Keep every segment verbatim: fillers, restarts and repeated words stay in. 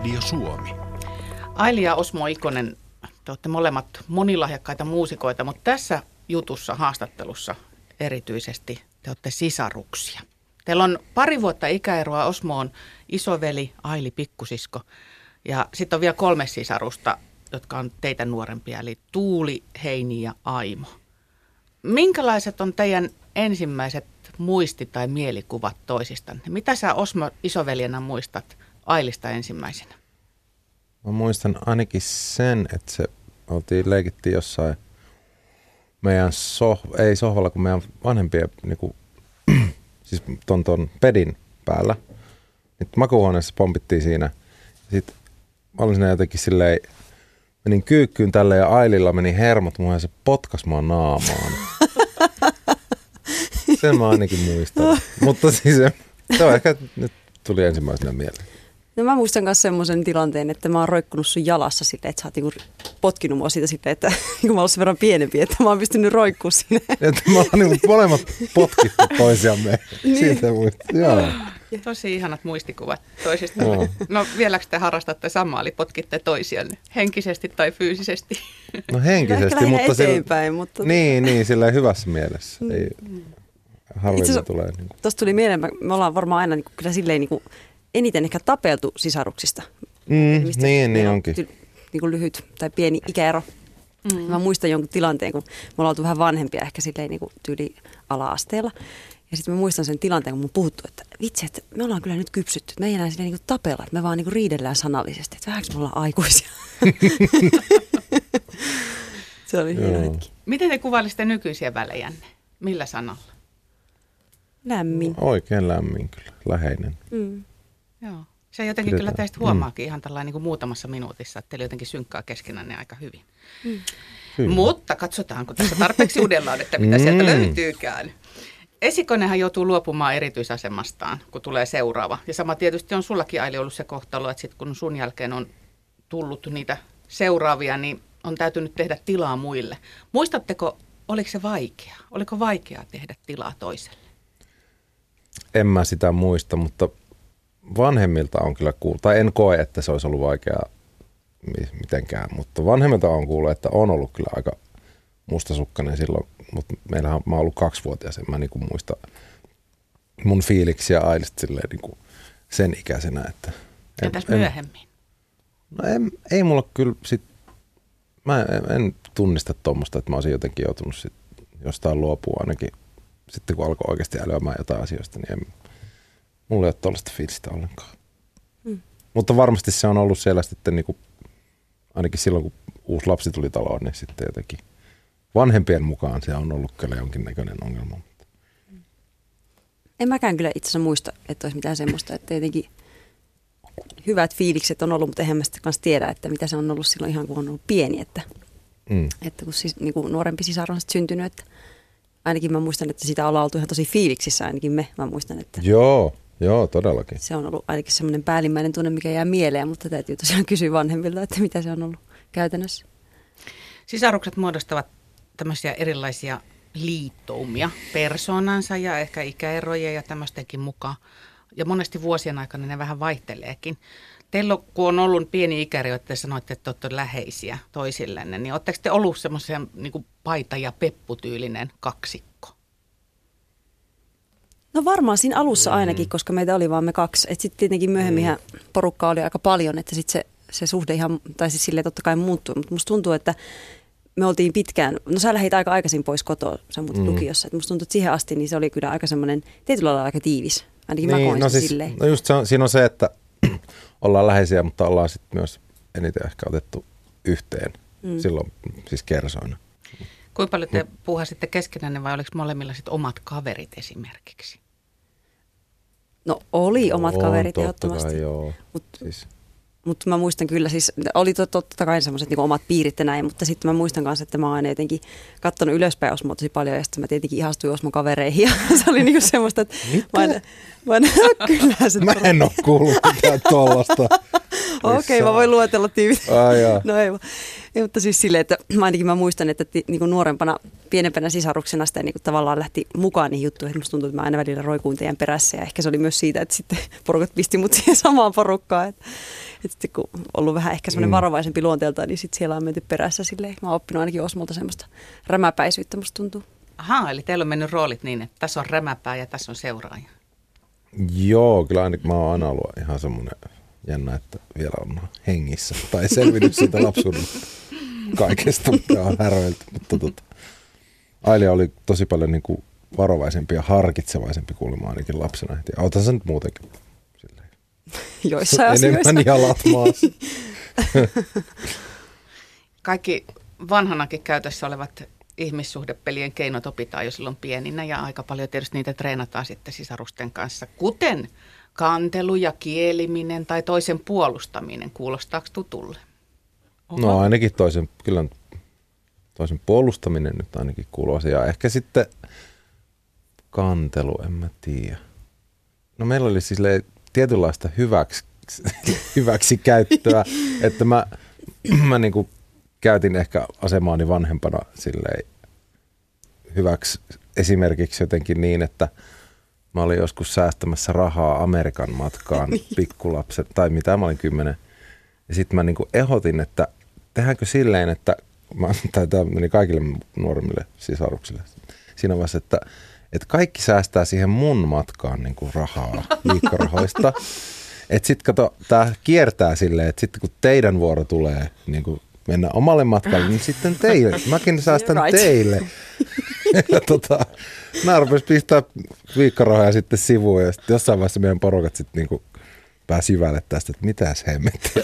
Radio Suomi. Aili ja Osmo Ikonen, te olette molemmat monilahjakkaita muusikoita, mutta tässä jutussa, haastattelussa erityisesti te olette sisaruksia. Teillä on pari vuotta ikäeroa, Osmo on isoveli, Aili pikkusisko ja sitten on vielä kolme sisarusta, jotka on teitä nuorempia, eli Tuuli, Heini ja Aimo. Minkälaiset on teidän ensimmäiset muisti- tai mielikuvat toisistanne? Mitä sä Osmo isoveljenä muistat Ailista ensimmäisenä? Mä muistan ainakin sen, että se oltiin, leikittiin jossain meidän soh- ei sohvalla, kun meidän vanhempien niinku, siis ton, ton pedin päällä. Nyt makuuhuoneessa pompittiin siinä. Sitten mä olin siinä jotenkin silleen, menin kyykkyyn tälle ja Aililla meni hermot muun ja se potkas mua naamaan. Sen mä ainakin muistan. Mutta siis se on ehkä nyt tuli ensimmäisenä mieleen. No mä muistan myös semmoisen tilanteen, että mä oon roikkunut sun jalassa silleen, että sä oot niinku potkinut mua siitä silleen, että niin mä oon sen verran pienempi, että mä oon pystynyt roikkuu sinne. Että mä oon niinku molemmat potkittu toisiamme. Niin. Siitä muistan, joo. Tosi ihanat muistikuvat toisista. No, no vieläkö te harrastatte samaa, eli potkitte toisianne henkisesti tai fyysisesti? No henkisesti, no, mutta, eteenpäin, sillä, mutta... Niin, niin, sillä hyvässä mielessä. Mm. Ei, harvemmin tulee. Niin tuosta tuli mieleen, me ollaan varmaan aina niin kuin, kyllä silleen niin kuin, eniten ehkä tapeltu sisaruksista. Mm, niin, niin onkin. Ty, niin kuin lyhyt tai pieni ikäero. Mm. Mä muistan jonkun tilanteen, kun me ollaan oltu vähän vanhempia ehkä silleen niin kuin tyyli ala-asteella. Ja sitten mä muistan sen tilanteen, kun mun puhuttu, että vitsi, että me ollaan kyllä nyt kypsytty. Me ei enää silleen niin kuin tapella, että me vaan niin kuin riidellään sanallisesti. Että vähänkö me ollaan aikuisia. Se oli hieno hetki. Miten te kuvailisitte nykyisiä välejänne? Millä sanalla? Lämmin. Oikein lämmin kyllä, läheinen. Mm. Joo. Se jotenkin Pidetään. Kyllä teistä huomaakin mm. ihan tällainen niin kuin muutamassa minuutissa, että teillä jotenkin synkkää keskenään aika hyvin. Mm. Mutta katsotaanko tässä tarpeeksi uudellaan, että mitä mm. sieltä löytyykään. Esikonenhan joutuu luopumaan erityisasemastaan, kun tulee seuraava. Ja sama tietysti on sullakin, Aili, ollut se kohtalo, että sitten kun sun jälkeen on tullut niitä seuraavia, niin on täytynyt tehdä tilaa muille. Muistatteko, oliko se vaikeaa? Oliko vaikeaa tehdä tilaa toiselle? En mä sitä muista, mutta vanhemmilta on kyllä kuullut, tai en koe, että se olisi ollut vaikeaa mitenkään, mutta vanhemmilta on kuullut, että on ollut kyllä aika mustasukkainen silloin, mutta meillähän mä oon ollut kaksivuotias, en mä niinku muista mun fiiliksiä Ailista silleen niinku sen ikäisenä. Että entäs en, myöhemmin? No en, ei mulla kyllä sit, mä en, en tunnista tuommoista, että mä olisin jotenkin joutunut sit jostain luopua ainakin. Sitten kun alkoi oikeasti älyämään jotain asioista, niin en, mulla ei ole tuollaista fiilistä ollenkaan. Mm. Mutta varmasti se on ollut siellä sitten, niin kuin, ainakin silloin kun uusi lapsi tuli taloon, niin sitten jotenkin vanhempien mukaan se on ollut kyllä jonkinnäköinen ongelma. En mäkään kyllä itse asiassa muista, että olisi mitään semmoista, että jotenkin hyvät fiilikset on ollut, mutta eihän mä sitten kanssa tiedä, että mitä se on ollut silloin ihan kun on ollut pieni, että, mm. että kun siis, niin kuin nuorempi sisar on sitten syntynyt, että ainakin mä muistan, että sitä ollaan oltu ihan tosi fiiliksissä, ainakin me. Mä muistan, että joo, joo, todellakin. Se on ollut ainakin semmoinen päällimmäinen tunne, mikä jää mieleen, mutta täytyy tosiaan kysyä vanhemmilta, että mitä se on ollut käytännössä. Sisarukset muodostavat tämmöisiä erilaisia liittoumia persoonansa ja ehkä ikäeroja ja tämmöistäkin mukaan. Ja monesti vuosien aikana ne vähän vaihteleekin. Teillä, kun on ollut pieni ikäero, että te sanoitte, että olette läheisiä toisillenne, niin oletteko te ollut semmoisen niin kuin paita- ja pepputyylinen kaksikko? No varmaan siinä alussa ainakin, koska meitä oli vaan me kaksi. Että sitten tietenkin myöhemmin porukkaa oli aika paljon, että sitten se, se suhde ihan, tai siis silleen totta kai muuttui. Mutta musta tuntuu, että me oltiin pitkään, no sä lähdit aika aikaisin pois kotoa, sä muutit mm. lukiossa. Että musta tuntuu, että siihen asti niin se oli kyllä aika semmoinen, tietyllä lailla aika tiivis. Ainakin niin, mä koin no siis, silleen. No just se on, siinä on se, että ollaan läheisiä, mutta ollaan sitten myös eniten ehkä otettu yhteen mm. silloin siis kersoina. Kuinka paljon te puuhasitte keskenänne vai oliko molemmilla sitten omat kaverit esimerkiksi? No oli omat on, kaverit ehdottomasti, mutta siis. mut mä muistan kyllä, siis oli totta kai semmoiset niin omat piirit ja näin, mutta sitten mä muistan kanssa, että mä oon aina jotenkin katsonut ylöspäin Osmoa tosi paljon ja sitten mä tietenkin ihastuin Osmon kavereihin ja se oli niinku semmoista, että mä aina, Vai no, kyllähän se Mä en ole kuullut mitään tollasta. Okei, okay, mä voin luetella tiivit. Ai jaa. No ei, ei, mutta siis silleen, että mä ainakin mä muistan, että ti, niin kuin nuorempana, pienempänä sisaruksena sitä niin kuin tavallaan lähti mukaan niihin juttuihin. Että musta tuntuu, että mä aina välillä roikuin teidän perässä ja ehkä se oli myös siitä, että sitten porukat pisti mut siihen samaan porukkaan. Että, että sitten kun on ollut vähän ehkä semmoinen mm. varovaisempi luonteelta, niin sitten siellä on menty perässä silleen. Mä oon oppinut ainakin Osmolta semmoista rämäpäisyyttä, musta tuntuu. Ahaa, eli teillä on mennyt roolit niin, että tässä on rämäpää ja tässä on seuraaja. Joo, kyllä ainakin mä oon aina ollut ihan semmoinen jännä, että vielä on hengissä. Tai selvinnyt siitä lapsuuden kaikesta, mitä on häröilty. Mutta tota, Ailia oli tosi paljon niin kuin varovaisempi ja harkitsevaisempi kuulemma ainakin lapsena. Ja autan sen nyt muutenkin. Silleen. Joissain asioissa. Enemmän jalat maassa. Kaikki vanhanakin käytössä olevat ihmissuhdepelien keinot opitaan jo silloin pieninä ja aika paljon tietysti niitä treenataan sitten sisarusten kanssa, kuten kantelu ja kieliminen tai toisen puolustaminen. Kuulostaako tutulle? Oho. No ainakin toisen, kyllä toisen puolustaminen nyt ainakin kuuluu asiaan. Ehkä sitten kantelu, en mä tiedä. No meillä oli siis tietynlaista hyväksi, hyväksi käyttöä, että mä, mä niinku käytin ehkä asemaani vanhempana silleen hyväksi esimerkiksi jotenkin niin, että mä olin joskus säästämässä rahaa Amerikan matkaan pikkulapset, tai mitä mä olin kymmenen. Ja sitten mä niinku ehdotin, että tehdäänkö silleen, että, mä, tai tämä meni kaikille nuoremmille sisaruksille siinä vaiheessa, että, että kaikki säästää siihen mun matkaan niinku rahaa viikkorahoista. Että sitten kato, tää kiertää silleen, että sitten kun teidän vuoro tulee niinku mennä omalle matkalle, niin sitten teille. Mäkin säästän right. teille. Ja tota, mä rupesin pistää viikkorahoja sitten sivuun ja sitten jossain vaiheessa meidän porukat sitten niinku pääsi syvälle tästä, että mitäs hemmettiä.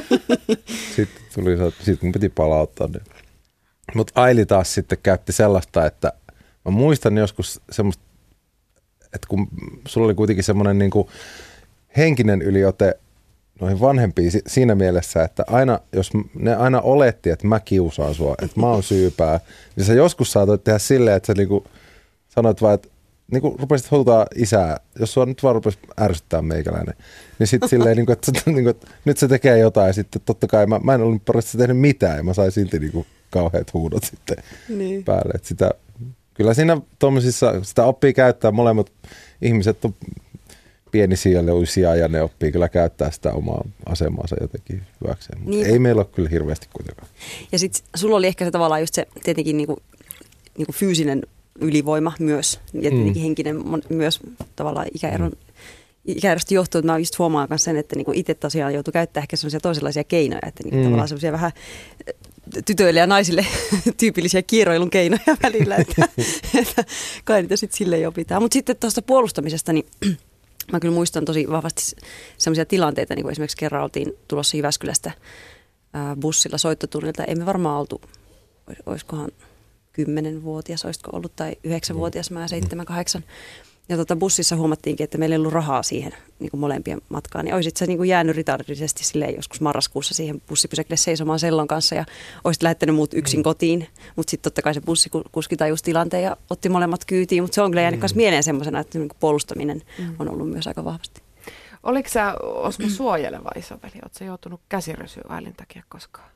Sitten tuli, sitten mun piti palauttaa ne. Mutta Aili taas sitten käytti sellaista, että mä muistan joskus semmoista, että kun sulla oli kuitenkin semmoinen niinku henkinen yliote noihin vanhempiin siinä mielessä, että aina, jos ne aina oletti, että mä kiusaan sua, että mä oon syypää, niin sä joskus saatoit tehdä silleen, että sä niinku sanoit vaan, että niinku rupesit huutaa isää, jos sua nyt vaan rupesi ärsyttää meikäläinen, niin sitten silleen, niinku, että, niinku, että nyt se tekee jotain ja sitten totta kai mä, mä en ollut parasta tehnyt mitään ja mä sain silti niinku kauheat huudot sitten niin päälle. Että sitä, kyllä siinä tuommoisissa, sitä oppii käyttää, molemmat ihmiset on pienisiä ja leuisia ja ne oppii kyllä käyttää sitä omaa asemaansa jotenkin hyväkseen. Mutta niin. Ei meillä ole kyllä hirveästi kuitenkaan. Ja sitten sulla oli ehkä se tavallaan just se tietenkin niinku, niinku fyysinen ylivoima myös ja tietenkin mm. henkinen myös tavallaan ikäeron, mm. ikäerosta johtuu. Että mä just huomaan myös sen, että niinku itse tosiaan joutuu käyttämään ehkä sellaisia toisenlaisia keinoja, että niinku mm. tavallaan sellaisia vähän tytöille ja naisille tyypillisiä kieroilun keinoja välillä, että, että kai niitä sitten silleen opitaan. Mutta sitten tuosta puolustamisesta, niin mä kyllä muistan tosi vahvasti sellaisia tilanteita, niin kuin esimerkiksi kerran oltiin tulossa Jyväskylästä ää, bussilla soittotunnilta. Emme varmaan oltu, olisikohan kymmenvuotias, olisiko ollut, tai yhdeksänvuotias, mä seitsemän, kahdeksan. Ja tota, bussissa huomattiinkin, että meillä ei ollut rahaa siihen niin kuin molempien matkaan. Niin olisit sä niin kuin jäänyt ritardisesti silleen joskus marraskuussa siihen bussipysäkille seisomaan sellon kanssa ja olisit lähettänyt muut yksin mm. kotiin. Mutta sitten totta kai se bussikuski tajusi tilanteen ja otti molemmat kyytiin. Mutta se on kyllä jäänyt myös mm. mieleen semmoisena, että niin kuin puolustaminen mm. on ollut myös aika vahvasti. Oliko sä Osmo suojeleva isoveli? Oletko sä joutunut käsirysyyn Ailin takia koskaan?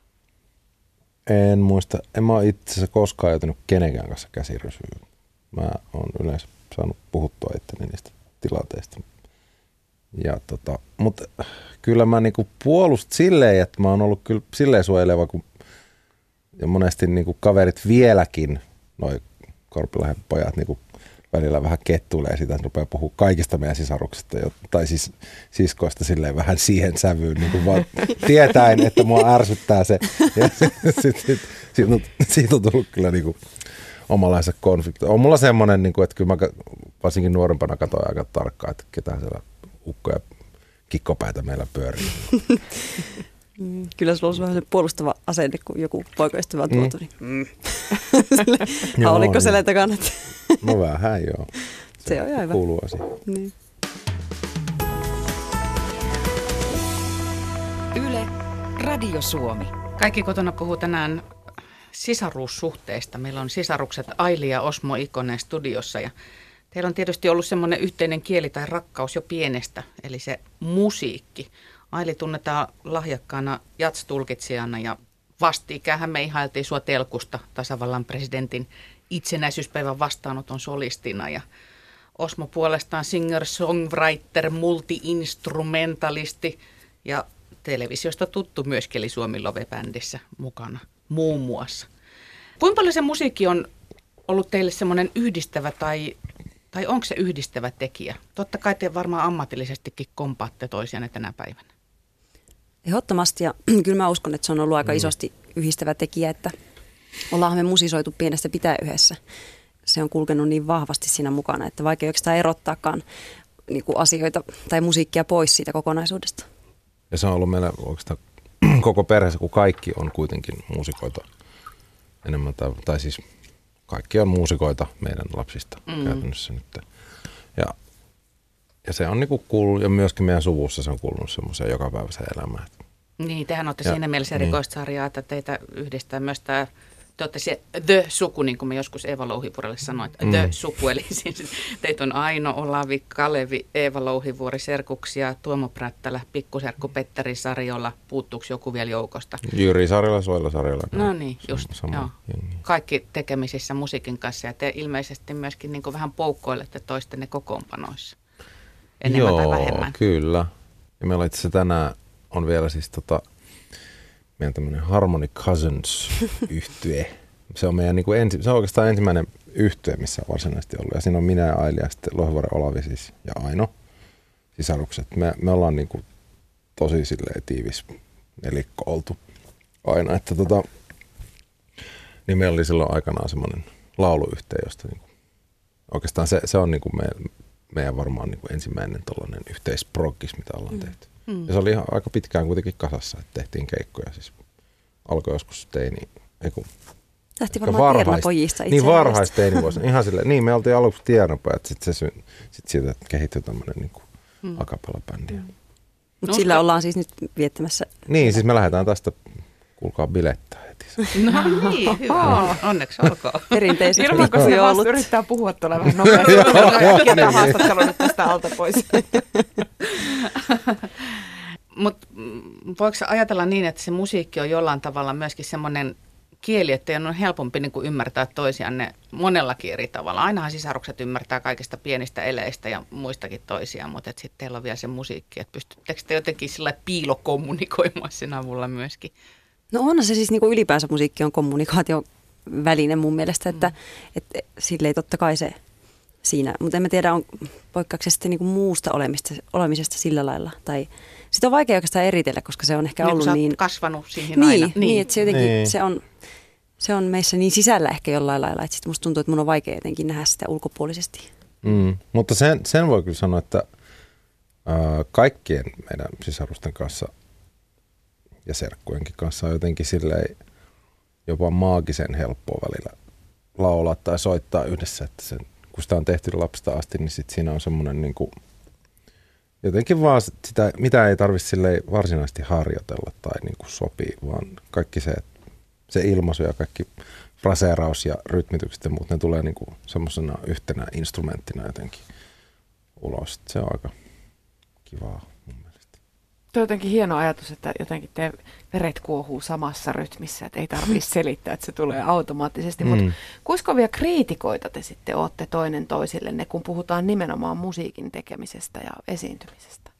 En muista. En mä ole itse asiassa koskaan joutunut kenenkään kanssa käsirysyyn. Mä oon yleensä saanut puhuttua itteni niistä tilanteista. Ja tota, mutta kyllä mä niinku puolustin silleen, että mä oon ollut kyllä silleen suojeleva, kun ja monesti niinku kaverit vieläkin, noi Korpilahden pojat niinku välillä vähän kettuilee sitä, että rupeaa puhua kaikista meidän sisaruksista, tai siis siskoista silleen vähän siihen sävyyn, niinku vaan tietäen, että mua ärsyttää se. Ja sit, sit, sit, siitä, on, siitä on tullut kyllä niinku omanlaisen konflikti. On mulla semmoinen, että kyllä mä varsinkin nuorempana katsoin aika tarkkaan, että ketään siellä ukkoja kikkopäitä meillä pyörii. Kyllä sulla on vähän puolustava asenne, kun joku poikaystävä on tuotu. Mm. Niin. Joo, oliko niin. Selän takana? No vähän joo. Se, se on ihan hyvä. Kuuluu asia. Niin. Yle, Radio Suomi. Kaikki kotona puhuu tänään sisaruussuhteista. Meillä on sisarukset Aili ja Osmo Ikonen studiossa ja Teillä on tietysti ollut semmoinen yhteinen kieli tai rakkaus jo pienestä, eli se musiikki. Aili tunnetaan lahjakkaana jats-tulkitsijana ja vastiikäänhän me ihailtiin sua telkusta tasavallan presidentin itsenäisyyspäivän vastaanoton solistina. Ja Osmo puolestaan singer-songwriter, multi-instrumentalisti ja televisiosta tuttu myöskin, eli Suomi Love-bändissä mukana muun muassa. Kuinka paljon se musiikki on ollut teille semmoinen yhdistävä tai, tai onko se yhdistävä tekijä? Totta kai te varmaan ammatillisestikin kompaatte toisianne tänä päivänä. Ehdottomasti, ja kyllä mä uskon, että se on ollut aika isosti yhdistävä tekijä, että ollaan me musisoitu pienestä pitää yhdessä. Se on kulkenut niin vahvasti siinä mukana, että vaikea oikeastaan erottaakaan niin kuin asioita tai musiikkia pois siitä kokonaisuudesta. Ja se on ollut meillä oikeastaan koko perheessä, kun kaikki on kuitenkin muusikoita enemmän, tai, tai siis kaikki on muusikoita meidän lapsista mm. käytännössä nyt. Ja, ja se on niinku kuullut, ja myöskin meidän suvussa se on kuulunut semmoiseen jokapäiväiseen elämään. Niin, tehän olette ja, siinä mielessä niin. erikoissarjaa, että teitä yhdistää myös tämä, te olette se The-suku, niin kuin me joskus Eeva Louhivuorelle sanoin, mm. The-suku, eli siis teitä on Aino, Olavi, Kalevi, Eeva Louhivuori, serkuksia, Tuomo Prättälä, pikkuserkku Petteri Sarjola, puuttuuko joku vielä joukosta? Jyri Sarjola, Soila Sarjola. No niin, just, sama, joo. jengi. Kaikki tekemisissä musiikin kanssa, ja te ilmeisesti myöskin niin kuin vähän poukkoilette toistenne kokoonpanoissa, enemmän joo, tai vähemmän. Kyllä. Ja meillä itse asiassa tänään on vielä siis tota, meidän tämmöinen Harmony Cousins-yhtye. Se on meidän niin kuin ensi, se on oikeastaan ensimmäinen yhtye, missä on varsinaisesti ollut. Ja siinä on minä ja Aili ja sitten Louhivuoren Olavi siis ja Aino, sisarukset. Me, me ollaan niin kuin tosi silleen tiivis nelikko oltu aina. Että tota, niin meillä oli silloin aikanaan semmoinen lauluyhtye, josta niin kuin, oikeastaan se, se on niin kuin meidän, meidän varmaan niin kuin ensimmäinen tollainen yhteisproggis, mitä ollaan tehty. Mm. Ja se oli ihan aika pitkään kuitenkin kasassa, että tehtiin keikkoja. Siis alkoi joskus teini, ei kun lähti varmaan tiedonapojista itse niin varhaista teinivuosina. Ihan silleen, niin me oltiin aluksi tiedonapojat, sitten se, sit siitä kehittyi tämmöinen niin kuin mm. acapella-bändi. Mm. Mutta sillä ollaan siis nyt viettämässä. Niin, siis me lähdetään tästä, kuulkaa, bilettää heti. No niin, hyvä. Onneksi olkoon. Perinteisesti. Ilman, kun se vasta yrittää puhua tuolla vähän nopeasti. Jätän haastattelun nyt tästä alta pois. Mutta voiko ajatella niin, että se musiikki on jollain tavalla myöskin semmoinen kieli, että on helpompi niin kuin ymmärtää toisianne monellakin eri tavalla. Ainahan sisarukset ymmärtää kaikista pienistä eleistä ja muistakin toisiaan, mutta sitten teillä on vielä se musiikki, että pystyttekö te jotenkin sillä piilokommunikoimaan sen avulla myöskin? No onhan se siis niin kuin ylipäänsä musiikki on kommunikaation väline mun mielestä, että, mm. että silleen totta kai se siinä, mutta en mä tiedä, on poikkeuksesta niin kuin muusta olemista, olemisesta sillä lailla. Tai sitä on vaikea oikeastaan eritellä, koska se on ehkä niin, ollut sä niin kasvanut siihen niin, aina. Niin, niin että se jotenkin, niin. se on, se on meissä niin sisällä ehkä jollain lailla, että sit musta tuntuu, että mun on vaikea jotenkin nähdä sitä ulkopuolisesti. Mm, mutta sen, sen voi kyllä sanoa, että ää, kaikkien meidän sisarusten kanssa ja serkkujenkin kanssa on jotenkin silleen jopa maagisen helppoa välillä laulaa tai soittaa yhdessä, että sen, kun sitä on tehty lapsesta asti, niin sit siinä on semmoinen niin kuin jotenkin vaan sitä, mitä ei tarvitse varsinaisesti harjoitella tai niin kuin sopii, vaan kaikki se, se ilmaisu ja kaikki fraseeraus ja rytmitykset ja muut, ne tulee niin kuin semmoisena yhtenä instrumenttina jotenkin ulos. Se on aika kivaa mun mielestä. Tuo on jotenkin hieno ajatus, että jotenkin te veret kuohuu samassa rytmissä, että ei tarvitse selittää, että se tulee automaattisesti. Mm. Mutta kuinka kovia kriitikoita te sitten olette toinen toisillenne, kun puhutaan nimenomaan musiikin tekemisestä ja esiintymisestä?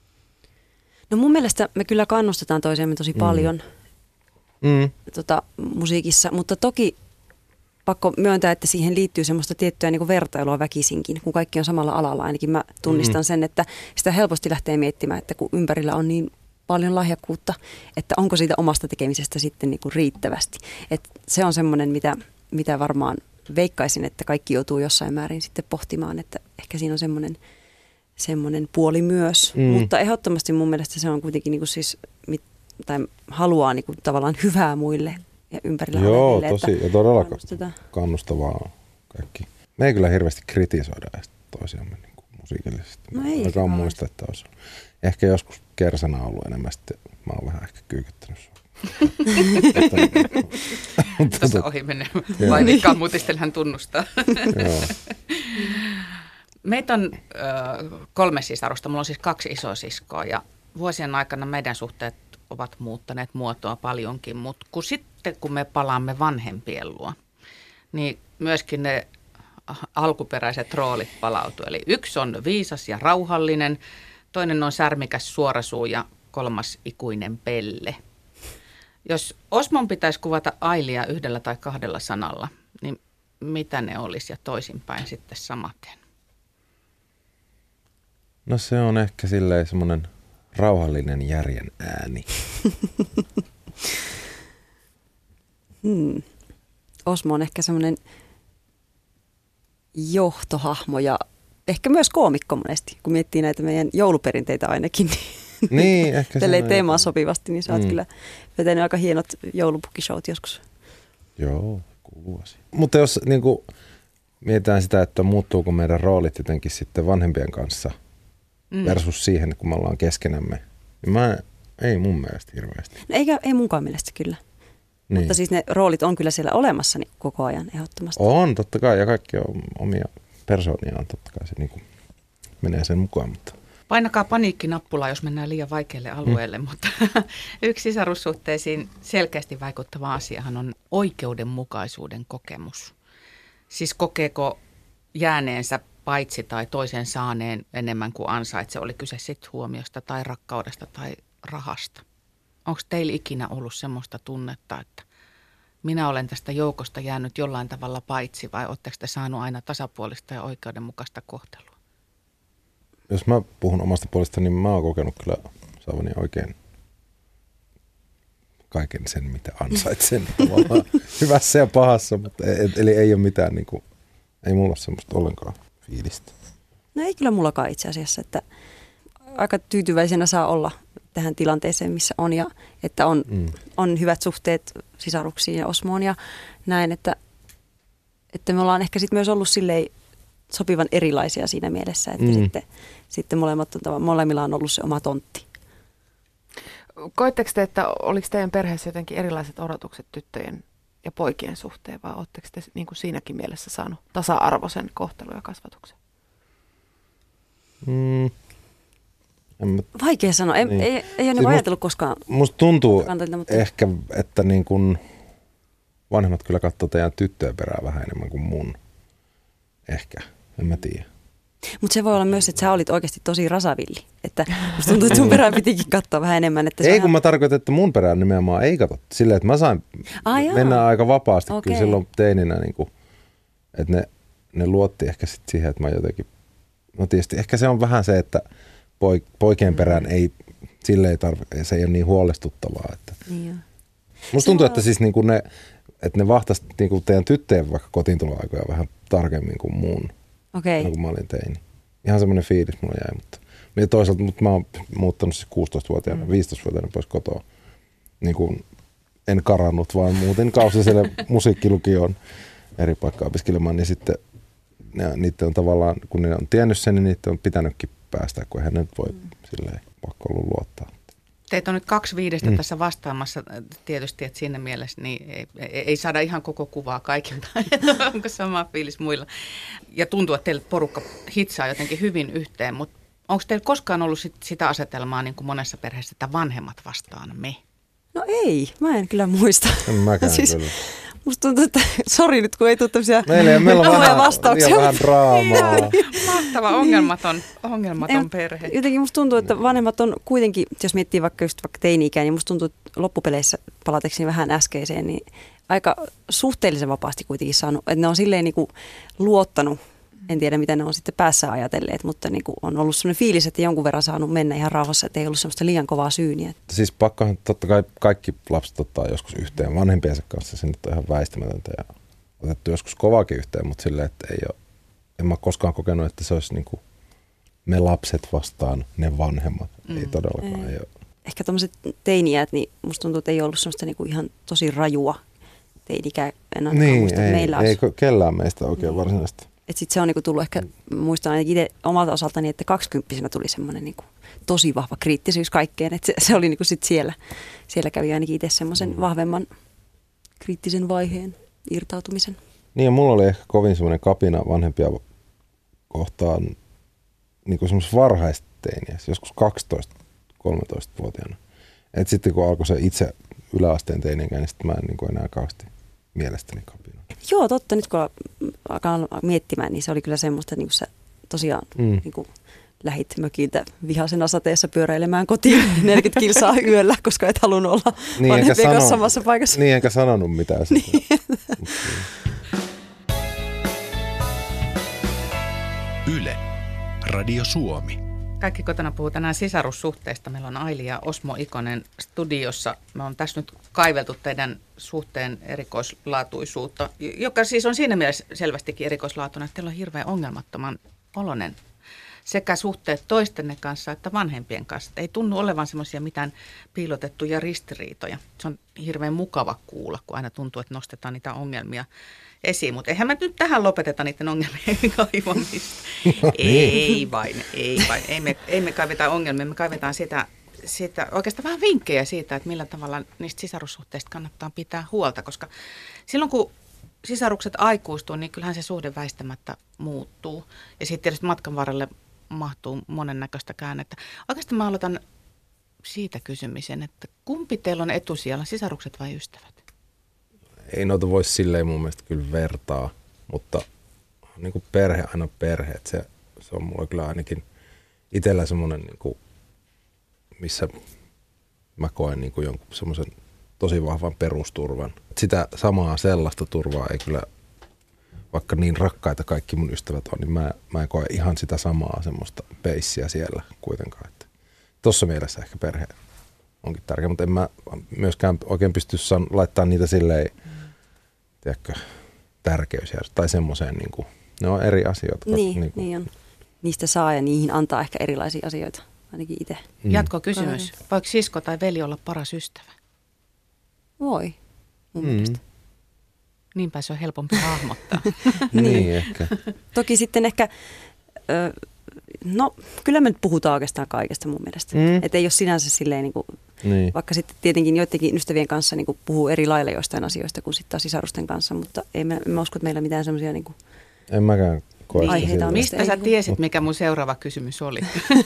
No mun mielestä me kyllä kannustetaan toisiamme tosi paljon mm. Mm. Tota, musiikissa, mutta toki pakko myöntää, että siihen liittyy semmoista tiettyä niin kuin vertailua väkisinkin, kun kaikki on samalla alalla. Ainakin mä tunnistan mm. sen, että sitä helposti lähtee miettimään, että kun ympärillä on niin paljon lahjakkuutta, että onko siitä omasta tekemisestä sitten niin kuin riittävästi. Et se on semmoinen, mitä, mitä varmaan veikkaisin, että kaikki joutuu jossain määrin sitten pohtimaan, että ehkä siinä on semmoinen, semmoinen puoli myös. Mm. Mutta ehdottomasti mun mielestä se on kuitenkin niin kuin siis, tai haluaa niin kuin tavallaan hyvää muille ja ympärillä Joo, oleville. tosi ja todella kannustavaa kaikki. Me ei kyllä hirveästi kritisoida toisiamme niin kuin musiikillisesti. No ei. Aika on muista, että olisi ehkä joskus kersana ollut enemmän, sitten mä oon vähän ehkä kyykyttänyt sua. Tuossa ohi menee. Vainikkaan mutisteli hän tunnustaa. Meitä on ö, kolme sisarusta. Mulla on siis kaksi isosiskoa ja vuosien aikana meidän suhteet ovat muuttaneet muotoa paljonkin, mutta kun sitten kun me palaamme vanhempien luo, niin myöskin ne alkuperäiset roolit palautuu. Eli yksi on viisas ja rauhallinen, toinen on särmikäs suorasuu ja kolmas ikuinen pelle. Jos Osmon pitäisi kuvata Ailia yhdellä tai kahdella sanalla, niin mitä ne olisi ja toisinpäin sitten samaten? No se on ehkä silleen semmoinen rauhallinen järjen ääni. hmm. Osmo on ehkä semmoinen johtohahmo ja ehkä myös koomikko monesti, kun miettii näitä meidän jouluperinteitä ainakin. Niin, ehkä tälleen se teemaan on sopivasti, niin sä oot mm. kyllä vetänyt aika hienot joulupukishowt joskus. Joo, kuuluu asia. Mutta jos niin kuin, mietitään sitä, että muuttuuko meidän roolit jotenkin sitten vanhempien kanssa mm. versus siihen, kun me ollaan keskenämme, niin mä, ei mun mielestä hirveästi. No eikä, ei munkaan mielestä kyllä. Niin. Mutta siis ne roolit on kyllä siellä olemassa niin koko ajan ehdottomasti. On, totta kai, ja kaikki on omia persooniaan, totta kai se niin kuin menee sen mukaan, mutta... Painakaa paniikkinappulaa, jos mennään liian vaikealle alueelle, mm. mutta yksi sisarussuhteisiin selkeästi vaikuttava asiahan on oikeudenmukaisuuden kokemus. Siis kokeeko jääneensä paitsi tai toisen saaneen enemmän kuin ansaitsee, oli kyse sitten huomiosta tai rakkaudesta tai rahasta. Onko teillä ikinä ollut semmoista tunnetta, että minä olen tästä joukosta jäänyt jollain tavalla paitsi vai oletteko te saanut aina tasapuolista ja oikeudenmukaista kohtelua? Jos mä puhun omasta puolesta, niin mä oon kokenut kyllä saavani oikein kaiken sen, mitä ansaitsen tavallaan hyvässä ja pahassa, mutta et, eli ei ole mitään, niin kuin, ei mulla ole semmoista ollenkaan fiilistä. No ei kyllä mullakaan itse asiassa, että aika tyytyväisenä saa olla tähän tilanteeseen, missä on ja että on, mm. on hyvät suhteet sisaruksiin ja Osmoon ja näin, että, että me ollaan ehkä sitten myös ollut silleen sopivan erilaisia siinä mielessä, että mm. sitten, sitten molemmat, molemmilla on ollut se oma tontti. Koetteko te, että oliko teidän perheessä jotenkin erilaiset odotukset tyttöjen ja poikien suhteen vai oletteko te niin kuin siinäkin mielessä saanut tasa-arvoisen kohtelun ja kasvatuksen? Mm. Mä... Vaikea sanoa. Ei, niin. ei, ei ole siis ajatellut koskaan. Musta tuntuu kantilta, mutta... ehkä, että niin kun vanhemmat kyllä katsoo teidän tyttöjen perään vähän enemmän kuin mun. Ehkä. En mä tiedä. Mutta se voi olla myös, että sä olit oikeasti tosi rasavilli. Että musta tuntuu, että sun perään pitikin katsoa vähän enemmän. Että ei vähän... kun mä tarkoitan, että mun perään nimenomaan ei katsottu. Silleen, että mä sain ah, mennä aika vapaasti. Okay. Kyllä silloin teininä, niin kun, että ne, ne luotti ehkä sit siihen, että mä jotenkin... No tietysti ehkä se on vähän se, että poikien perään ei, sille ei tarvitse, se ei ole niin huolestuttavaa. Että. Niin musta tuntuu, että, siis niinku ne, että ne vahtasivat niinku teidän tyttöjen vaikka kotiintuloaikoja vähän tarkemmin kuin muun, okay. kun mä olin teini. Ihan semmoinen fiilis mulla jäi, mutta toisaalta mutta mä oon muuttanut siis kuusitoistavuotiaana, mm. viisitoistavuotiaana pois kotoa. Niin kuin en karannut, vaan muutin kausiselle musiikkilukioon eri paikkaa opiskelemaan, niin sitten ja niitä on tavallaan, kun ne on tiennyt sen, niin niitä on pitänytkin päästä, kun eihän ne voi mm. silleen pakko ollut luottaa. Teitä on nyt kaksi viidestä mm. tässä vastaamassa tietysti, että siinä mielessä niin ei, ei saada ihan koko kuvaa kaikilta, onko sama fiilis muilla. Ja tuntuu, että teille porukka hitsaa jotenkin hyvin yhteen, mutta onko teillä koskaan ollut sit sitä asetelmaa niin kuin monessa perheessä, että vanhemmat vastaan me? No ei, mä en kyllä muista. En mäkään siis, kyllä. Musta tuntuu, että sori nyt, kun ei tule tämmöisiä meillä, meillä on vähän, vastauksia. vähän draamaa. Mahtava, ongelmaton, ongelmaton ja perhe. Jotenkin musta tuntuu, että vanhemmat on kuitenkin, jos miettii vaikka just vaikka teini-ikää, niin musta tuntuu, että loppupeleissä palatekseni vähän äskeiseen, niin aika suhteellisen vapaasti kuitenkin saanut. Että ne on silleen niin kuin luottanut, en tiedä mitä ne on sitten päässä ajatelleet, mutta niin kuin on ollut sellainen fiilis, että jonkun verran saanut mennä ihan rauhassa, että ei ollut semmoista liian kovaa syyniä. Siis pakkohan totta kai kaikki lapset ottaa joskus yhteen vanhempiensa kanssa, se nyt on ihan väistämätöntä ja otettu joskus kovaakin yhteen, mutta silleen, että ei ole, en mä koskaan kokenut, että se olisi niin kuin me lapset vastaan ne vanhemmat, mm. ei todellakaan. Ei. Ei ole. Ehkä tommoset teiniät, niin musta tuntuu, että ei ollut semmoista niin kuin ihan tosi rajua teinikää, en ainakaan niin, muista, ei, meillä ei olisi. kellään meistä oikein niin. Varsinaisesti. Että sitten se on niinku tullut ehkä, muistan ainakin itse omalta osaltani, että kaksikymppisenä tuli semmoinen niinku tosi vahva kriittisyys kaikkeen. Että se, se oli niinku sit siellä, siellä kävi ainakin itse semmoisen mm. vahvemman kriittisen vaiheen irtautumisen. Niin ja mulla oli ehkä kovin semmoinen kapina vanhempia kohtaan niin kuin semmoisessa varhaisteiniässä, joskus kaksitoista-kolmetoista-vuotiaana. Et sitten kun alkoi se itse yläasteen teiniäkään, niin sitten mä en niin kuin enää kauheasti mielestäni kapina. Joo, totta. Nyt kun alkaa miettimään, niin se oli kyllä semmoista, että niin kuin sä tosiaan mm. niin kuin lähit mökiltä vihaisena sateessa pyöräilemään kotiin neljäkymmentä kilsaa yöllä, koska et halunnut olla niin vanhempien kanssa samassa paikassa. Niin, enkä sanonut mitään sitä. Niin. Yle, Radio Suomi. Kaikki kotona puhuu tänään sisarussuhteista. Meillä on Aili ja Osmo Ikonen studiossa. Me on tässä nyt kaiveltu teidän suhteen erikoislaatuisuutta, joka siis on siinä mielessä selvästikin erikoislaatuinen, että teillä on hirveän ongelmattoman oloinen sekä suhteet toistenne kanssa että vanhempien kanssa. Ei tunnu olevan semmoisia mitään piilotettuja ristiriitoja. Se on hirveän mukava kuulla, kun aina tuntuu, että nostetaan niitä ongelmia esiin. Mutta eihän me nyt tähän lopeteta niiden ongelmien kaivamista. No, ei niin. vain, ei vain. Ei me, ei me kaiveta ongelmia, me kaivetaan sitä, sitä, oikeastaan vähän vinkkejä siitä, että millä tavalla niistä sisarussuhteista kannattaa pitää huolta. Koska silloin kun sisarukset aikuistuu, niin kyllähän se suhde väistämättä muuttuu. Ja sitten tietysti matkan varrelle mahtuu monennäköistä käännettä. Oikeastaan mä aloitan siitä kysymisen, että kumpi teillä on etusijalla, sisarukset vai ystävät? Ei noita voisi silleen mun mielestä kyllä vertaa, mutta niin kuin perhe aina perhe. Että se, se on mulla kyllä ainakin itsellä semmoinen, niin kuin, missä mä koen niin kuin jonkun semmoisen tosi vahvan perusturvan. Sitä samaa sellaista turvaa ei kyllä, vaikka niin rakkaita kaikki mun ystävät on, niin mä, mä en koe ihan sitä samaa semmoista peissiä siellä kuitenkaan. Että tossa mielessä ehkä perhe onkin tärkeä, mutta en mä myöskään oikein pysty san, laittamaan niitä silleen, mm. tiedätkö, tärkeysjärjestelmään tai semmoiseen, niin kuin, ne on eri asioita. Niin, niin, kuin, niin on. Niistä saa ja niihin antaa ehkä erilaisia asioita, ainakin itse. Mm. Jatkokysymys. Voiko sisko tai veli olla paras ystävä? Voi, mun mm. mielestä. Niinpä se on helpompi hahmottaa. Niin ehkä. Toki sitten ehkä, no kyllä me nyt puhutaan oikeastaan kaikesta mun mielestä. Mm. Että ei ole sinänsä silleen, niin kuin, niin. vaikka sitten tietenkin joidenkin ystävien kanssa niin kuin puhuu eri lailla joistain asioista kuin sitten taas sisarusten kanssa, mutta ei me, mä usko, että meillä mitään semmoisia niin kuin en mäkään koe aiheita on. Mistä sä tiesit, mikä mun seuraava kysymys oli?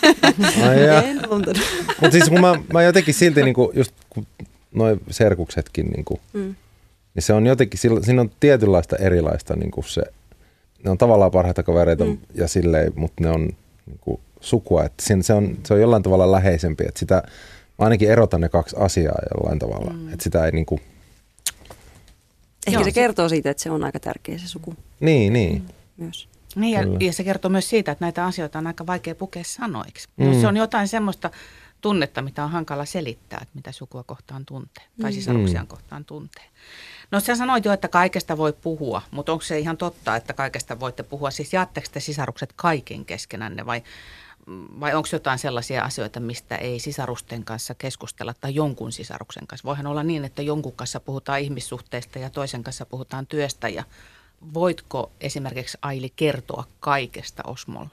En tuntunut. Mutta siis kun mä, mä jotenkin silti, niin kuin, just kun noi serkuksetkin, niin kuin, mm. niin se on jotenkin, siinä on tietynlaista erilaista niin kuin se, ne on tavallaan parhaita kavereita mm. ja silleen, mutta ne on niin kuin sukua, että se on, se on jollain tavalla läheisempi, että sitä, mä ainakin erotan ne kaksi asiaa jollain tavalla, mm. että sitä ei niin kuin ehkä Joo, se kertoo siitä, että se on aika tärkeä se suku. Niin, niin. Mm. Myös. Niin ja, ja se kertoo myös siitä, että näitä asioita on aika vaikea pukea sanoiksi. Mm. Se on jotain semmoista tunnetta, mitä on hankala selittää, että mitä sukua kohtaan tuntee tai sisaruksiaan mm. kohtaan tuntee. No sä sanoit jo, että kaikesta voi puhua, mutta onko se ihan totta, että kaikesta voitte puhua? Siis jaatteko te sisarukset kaiken keskenänne vai, vai onko jotain sellaisia asioita, mistä ei sisarusten kanssa keskustella tai jonkun sisaruksen kanssa? Voihan olla niin, että jonkun kanssa puhutaan ihmissuhteista ja toisen kanssa puhutaan työstä. Ja voitko esimerkiksi Aili kertoa kaikesta Osmolle?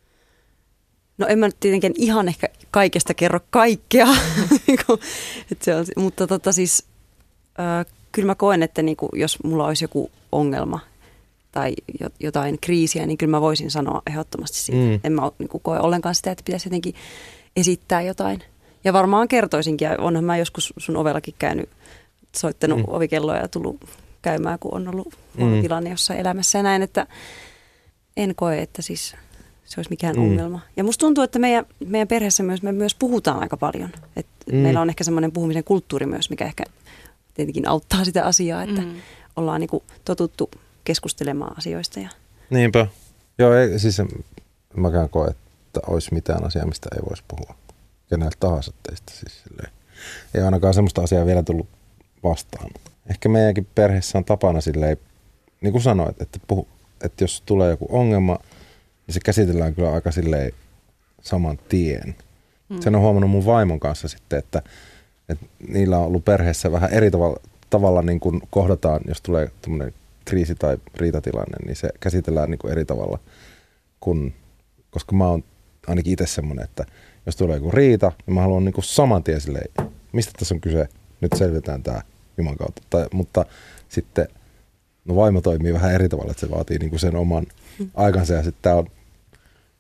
No en mä nyt tietenkään ihan ehkä kaikesta kerro kaikkea, se on, mutta tota siis äh, kyllä mä koen, että niinku, jos mulla olisi joku ongelma tai jotain kriisiä, niin kyllä mä voisin sanoa ehdottomasti siitä. Mm. En mä niinku, koe ollenkaan sitä, että pitäisi jotenkin esittää jotain. Ja varmaan kertoisinkin, ja onhan mä joskus sun ovellakin käynyt, soittanut mm. ovikelloa ja tullut käymään, kun on ollut huono mm. tilanne jossain elämässä ja näin, että en koe, että siis se olisi mikään mm. ongelma. Ja musta tuntuu, että meidän, meidän perheessä myös, me myös puhutaan aika paljon. Et mm. meillä on ehkä semmoinen puhumisen kulttuuri myös, mikä ehkä tietenkin auttaa sitä asiaa, että mm. ollaan niinku totuttu keskustelemaan asioista. Ja niinpä. Joo, ei, siis mäkään koe, että olisi mitään asiaa, mistä ei voisi puhua. Keneltä tahansa teistä siis silleen. Ei ainakaan semmoista asiaa vielä tullut vastaan. Ehkä meidänkin perheessä on tapana silleen, niin kuin sanoit, että, puhu, että jos tulee joku ongelma, niin se käsitellään kyllä aika silleen saman tien. Mm. Sen on huomannut mun vaimon kanssa sitten, että, että niillä on ollut perheessä vähän eri tavalla, tavalla niin kuin kohdataan, jos tulee tämmöinen kriisi tai riitatilanne, niin se käsitellään niin kuin eri tavalla. Kun, koska mä oon ainakin itse semmoinen, että jos tulee joku riita, niin mä haluan niin kuin saman tien silleen, mistä tässä on kyse, nyt selvitään tämä Juman kautta. Tai, mutta sitten no vaimo toimii vähän eri tavalla, että se vaatii niin kuin sen oman aikansa ja sitten tämä on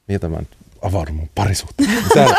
mitä mä nyt avaudun mun parisuhteen.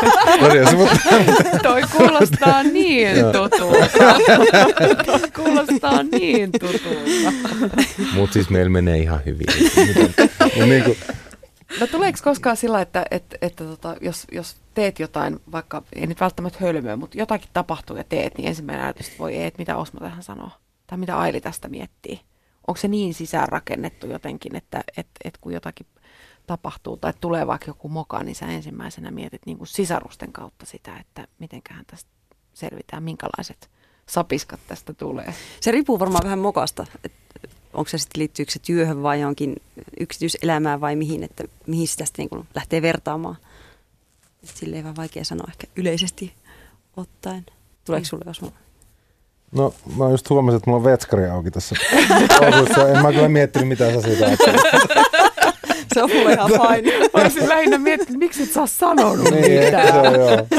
Toi kuulostaa niin tutulta. Toi kuulostaa niin tutulta. Mutta siis meillä menee ihan hyvin. niin kuin... No tuleeko koskaan sillä, että, että, että tota, jos, jos teet jotain, vaikka ei nyt välttämättä hölmöä, mutta jotakin tapahtuu ja teet, niin ensimmäinen ajatus, että voi ei, että mitä Osmo tähän sanoo? Tai mitä Aili tästä miettii? Onko se niin sisäänrakennettu jotenkin, että, että, että kun jotakin tapahtuu tai tulee vaikka joku moka, niin sä ensimmäisenä mietit niin kuin sisarusten kautta sitä, että mitenköhän tästä selvitään, minkälaiset sapiskat tästä tulee? Se riippuu varmaan vähän mokasta, että onko se sitten liittyykö se työhön vai johonkin yksityiselämään vai mihin, että mihin sitä sitten niin kuin lähtee vertaamaan. Että silleen vähän vaikea sanoa ehkä yleisesti ottaen. Tuleeko sulle Osmo? No mä just huomasin, että mulla on vetskari auki tässä osuussa. En mä kyllä miettinyt, mitä sä siitä ajattelet. Se on mulle ihan fine. Mä olisin lähinnä miettinyt, miksi et sä oot sanonut niin, mitään. Se on, joo.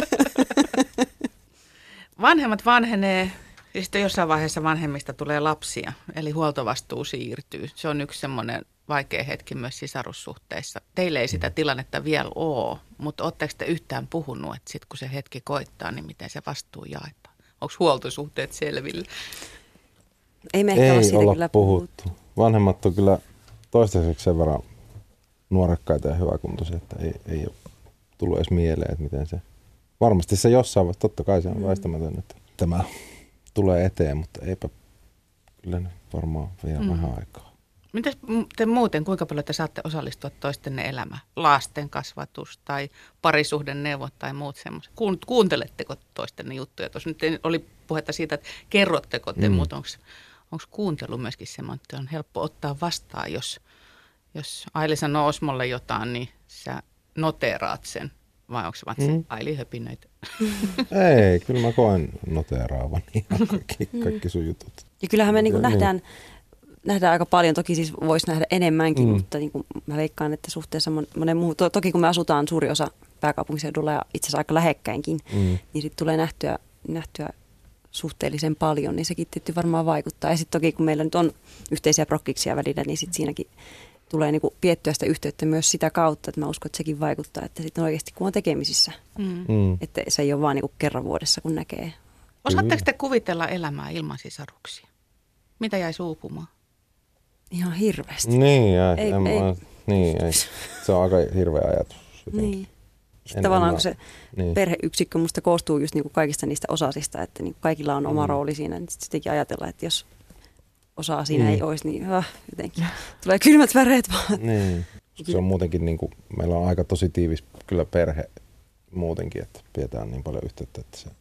Vanhemmat vanhenee, ja sitten jossain vaiheessa vanhemmista tulee lapsia, eli huoltovastuu siirtyy. Se on yksi semmoinen vaikea hetki myös sisarussuhteissa. Teille ei sitä tilannetta vielä ole, mutta ootteko te yhtään puhunut, että sitten kun se hetki koittaa, niin miten se vastuu jaetaan? Onko huoltosuhteet selvillä? Ei me ehkä ei ole siitä olla kyllä puhuttu. puhuttu. Vanhemmat on kyllä toistaiseksi sen verran nuorekkaita ja hyväkuntoisia, että ei, ei ole tullut edes mieleen, että miten se... Varmasti se jossain vaiheessa, totta kai se on väistämätön, että tämä tulee eteen, mutta eipä kyllä varmaan vielä mm. vähän aikaa. Mitäs te muuten, kuinka paljon te saatte osallistua toistenne elämään? Lasten kasvatus tai parisuhdeneuvot tai muut semmoiset. Kuunteletteko toistenne juttuja? Tuossa nyt oli puhetta siitä, että kerrotteko te, mm. mutta onko kuuntelu myöskin semmoinen, että on helppo ottaa vastaan, jos, jos Aili sanoo Osmolle jotain, niin sä noteeraat sen. Vai onko se vaan mm. Aili höpinöitä? Ei, kyllä mä koen noteeraavan ihan kaikki, kaikki sun jutut. Ja kyllähän me niin nähdään, nähdään aika paljon, toki siis voisi nähdä enemmänkin, mm. mutta niin kuin mä veikkaan, että suhteessa monen muu, to, toki kun me asutaan suuri osa pääkaupunkiseudulla ja itse asiassa aika lähekkäinkin, mm. niin sitten tulee nähtyä, nähtyä suhteellisen paljon, niin sekin tietysti varmaan vaikuttaa. Ja sitten toki kun meillä nyt on yhteisiä prokkiksia välillä, niin sitten siinäkin tulee niinku piettyä sitä yhteyttä myös sitä kautta, että mä uskon, että sekin vaikuttaa, että sitten oikeasti kun on tekemisissä, mm. että se ei ole vaan niinku kerran vuodessa, kun näkee. Osaatteko te kuvitella elämää ilman sisaruksia? Mitä jäisi uupumaan? Ihan hirveästi. Niin, jäi, ei, en, ei. Mä, niin ei. Se on aika hirveä ajatus. Niin. Sitten tavallaan kun se niin. perheyksikkö musta koostuu just niinku kaikista niistä osasista, että niinku kaikilla on oma mm. rooli siinä, niin sittenkin ajatella, että jos osaa siinä mm. ei olisi, niin äh, jotenkin tulee kylmät väreet vaan. Niin. Se on muutenkin, niin kuin, meillä on aika tosi tiivis kyllä perhe muutenkin, että pidetään niin paljon yhteyttä, että se,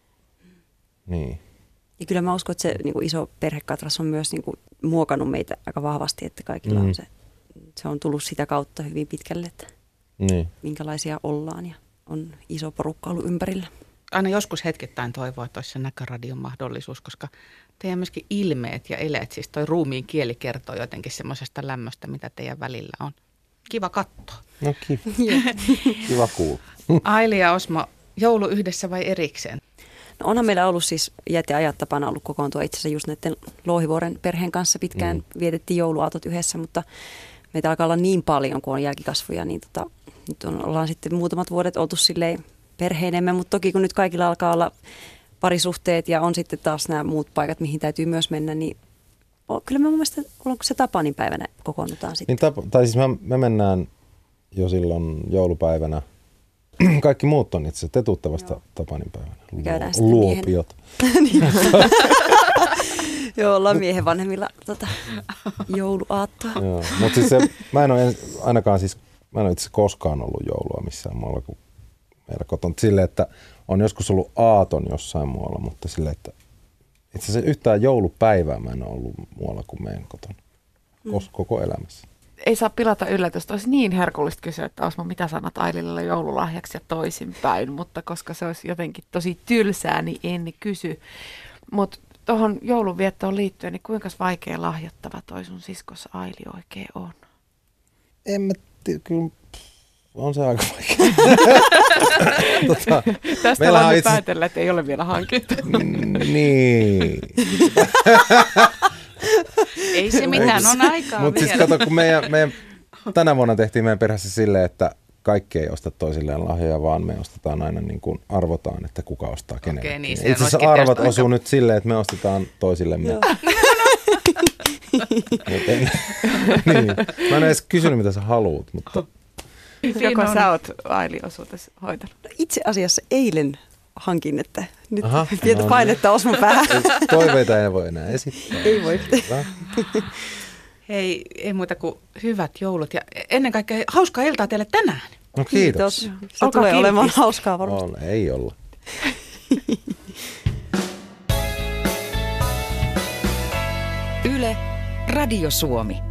niin. Ja kyllä mä uskon, että se niin kuin iso perhekatras on myös niin kuin muokannut meitä aika vahvasti, että kaikilla mm. on se, se on tullut sitä kautta hyvin pitkälle, että niin. minkälaisia ollaan ja on iso porukka ollut ympärillä. Aina joskus hetkittäin toivoa, että olisi se Näköradion mahdollisuus, koska teidän myöskin ilmeet ja eleet, siis toi ruumiin kieli kertoo jotenkin semmoisesta lämmöstä, mitä teidän välillä on. Kiva katsoa. No kiva. Kiva kuulla. Aili ja Osmo, joulu yhdessä vai erikseen? No onhan meillä ollut siis iät ja ajat tapana ollut kokoontua itse asiassa just näiden Louhivuoren perheen kanssa pitkään mm. vietettiin jouluaatot yhdessä, mutta meitä alkaa olla niin paljon, kun on jälkikasvuja, niin tota, nyt on, ollaan sitten muutamat vuodet oltu silleen perheinemme, mutta toki kun nyt kaikilla alkaa olla parisuhteet ja on sitten taas nämä muut paikat, mihin täytyy myös mennä, niin kyllä me mun mielestä, onko se Tapanin päivänä kokoonnutaan sitten? Niin tapa, tai siis me, me mennään jo silloin joulupäivänä. Kaikki muut on itse asiassa. Te tuutte vasta Tapanin päivänä. Me käydään sitten Luopiot. Joo, ollaan miehen vanhemmilla tota, jouluaattoa. Joo, mutta siis se, mä en ole ainakaan siis, mä en ole itse asiassa koskaan ollut joulua missään muualla kuin meillä kotona. Silleen, että on joskus ollut aaton jossain muualla, mutta silleen, että itse asiassa yhtään joulupäivää mä en ole ollut muualla kuin meidän kotona. Kos, koko elämässä. Ei saa pilata yllätystä. Olisi niin herkullista kysyä, että Osmo, mitä sanat Ailille joululahjaksi ja toisinpäin, mutta koska se olisi jotenkin tosi tylsää, niin en kysy. Mutta tuohon joulunviettoon liittyen, niin kuinka vaikea lahjoittava toi sun siskos Aili oikein on? En mä tiedä, kyllä on se aika vaikea. tota, Tästä vaan itse... päätellä, että ei ole vielä hankittu. Niin. Ei se mitään, on aikaa Mutta vielä. siis kato, kun meidän, meidän, tänä vuonna tehtiin meidän perheessä silleen, että kaikki ei osta toisilleen lahjoja, vaan me ostetaan aina niin kuin arvotaan, että kuka ostaa kenelle. Okei, niin, Itse asiassa arvot osuu nyt silleen, että me ostetaan toisillemme. en, niin. Mä en edes kysynyt, mitä sä haluut, mutta... Joko on... sä oot Aili-osuutesi hoitanut? Itse asiassa eilen hankin, että nyt Aha, pientä no, painetta Osmo päähän. Toiveita ei voi enää esittää. Ei voi. Hei, ei muuta kuin hyvät joulut ja ennen kaikkea hauskaa iltaa teille tänään. No kiitos. kiitos. Se Olkaa tulee kilpistä. Olemaan hauskaa varmasti. On, ei olla. Yle, Radio Suomi.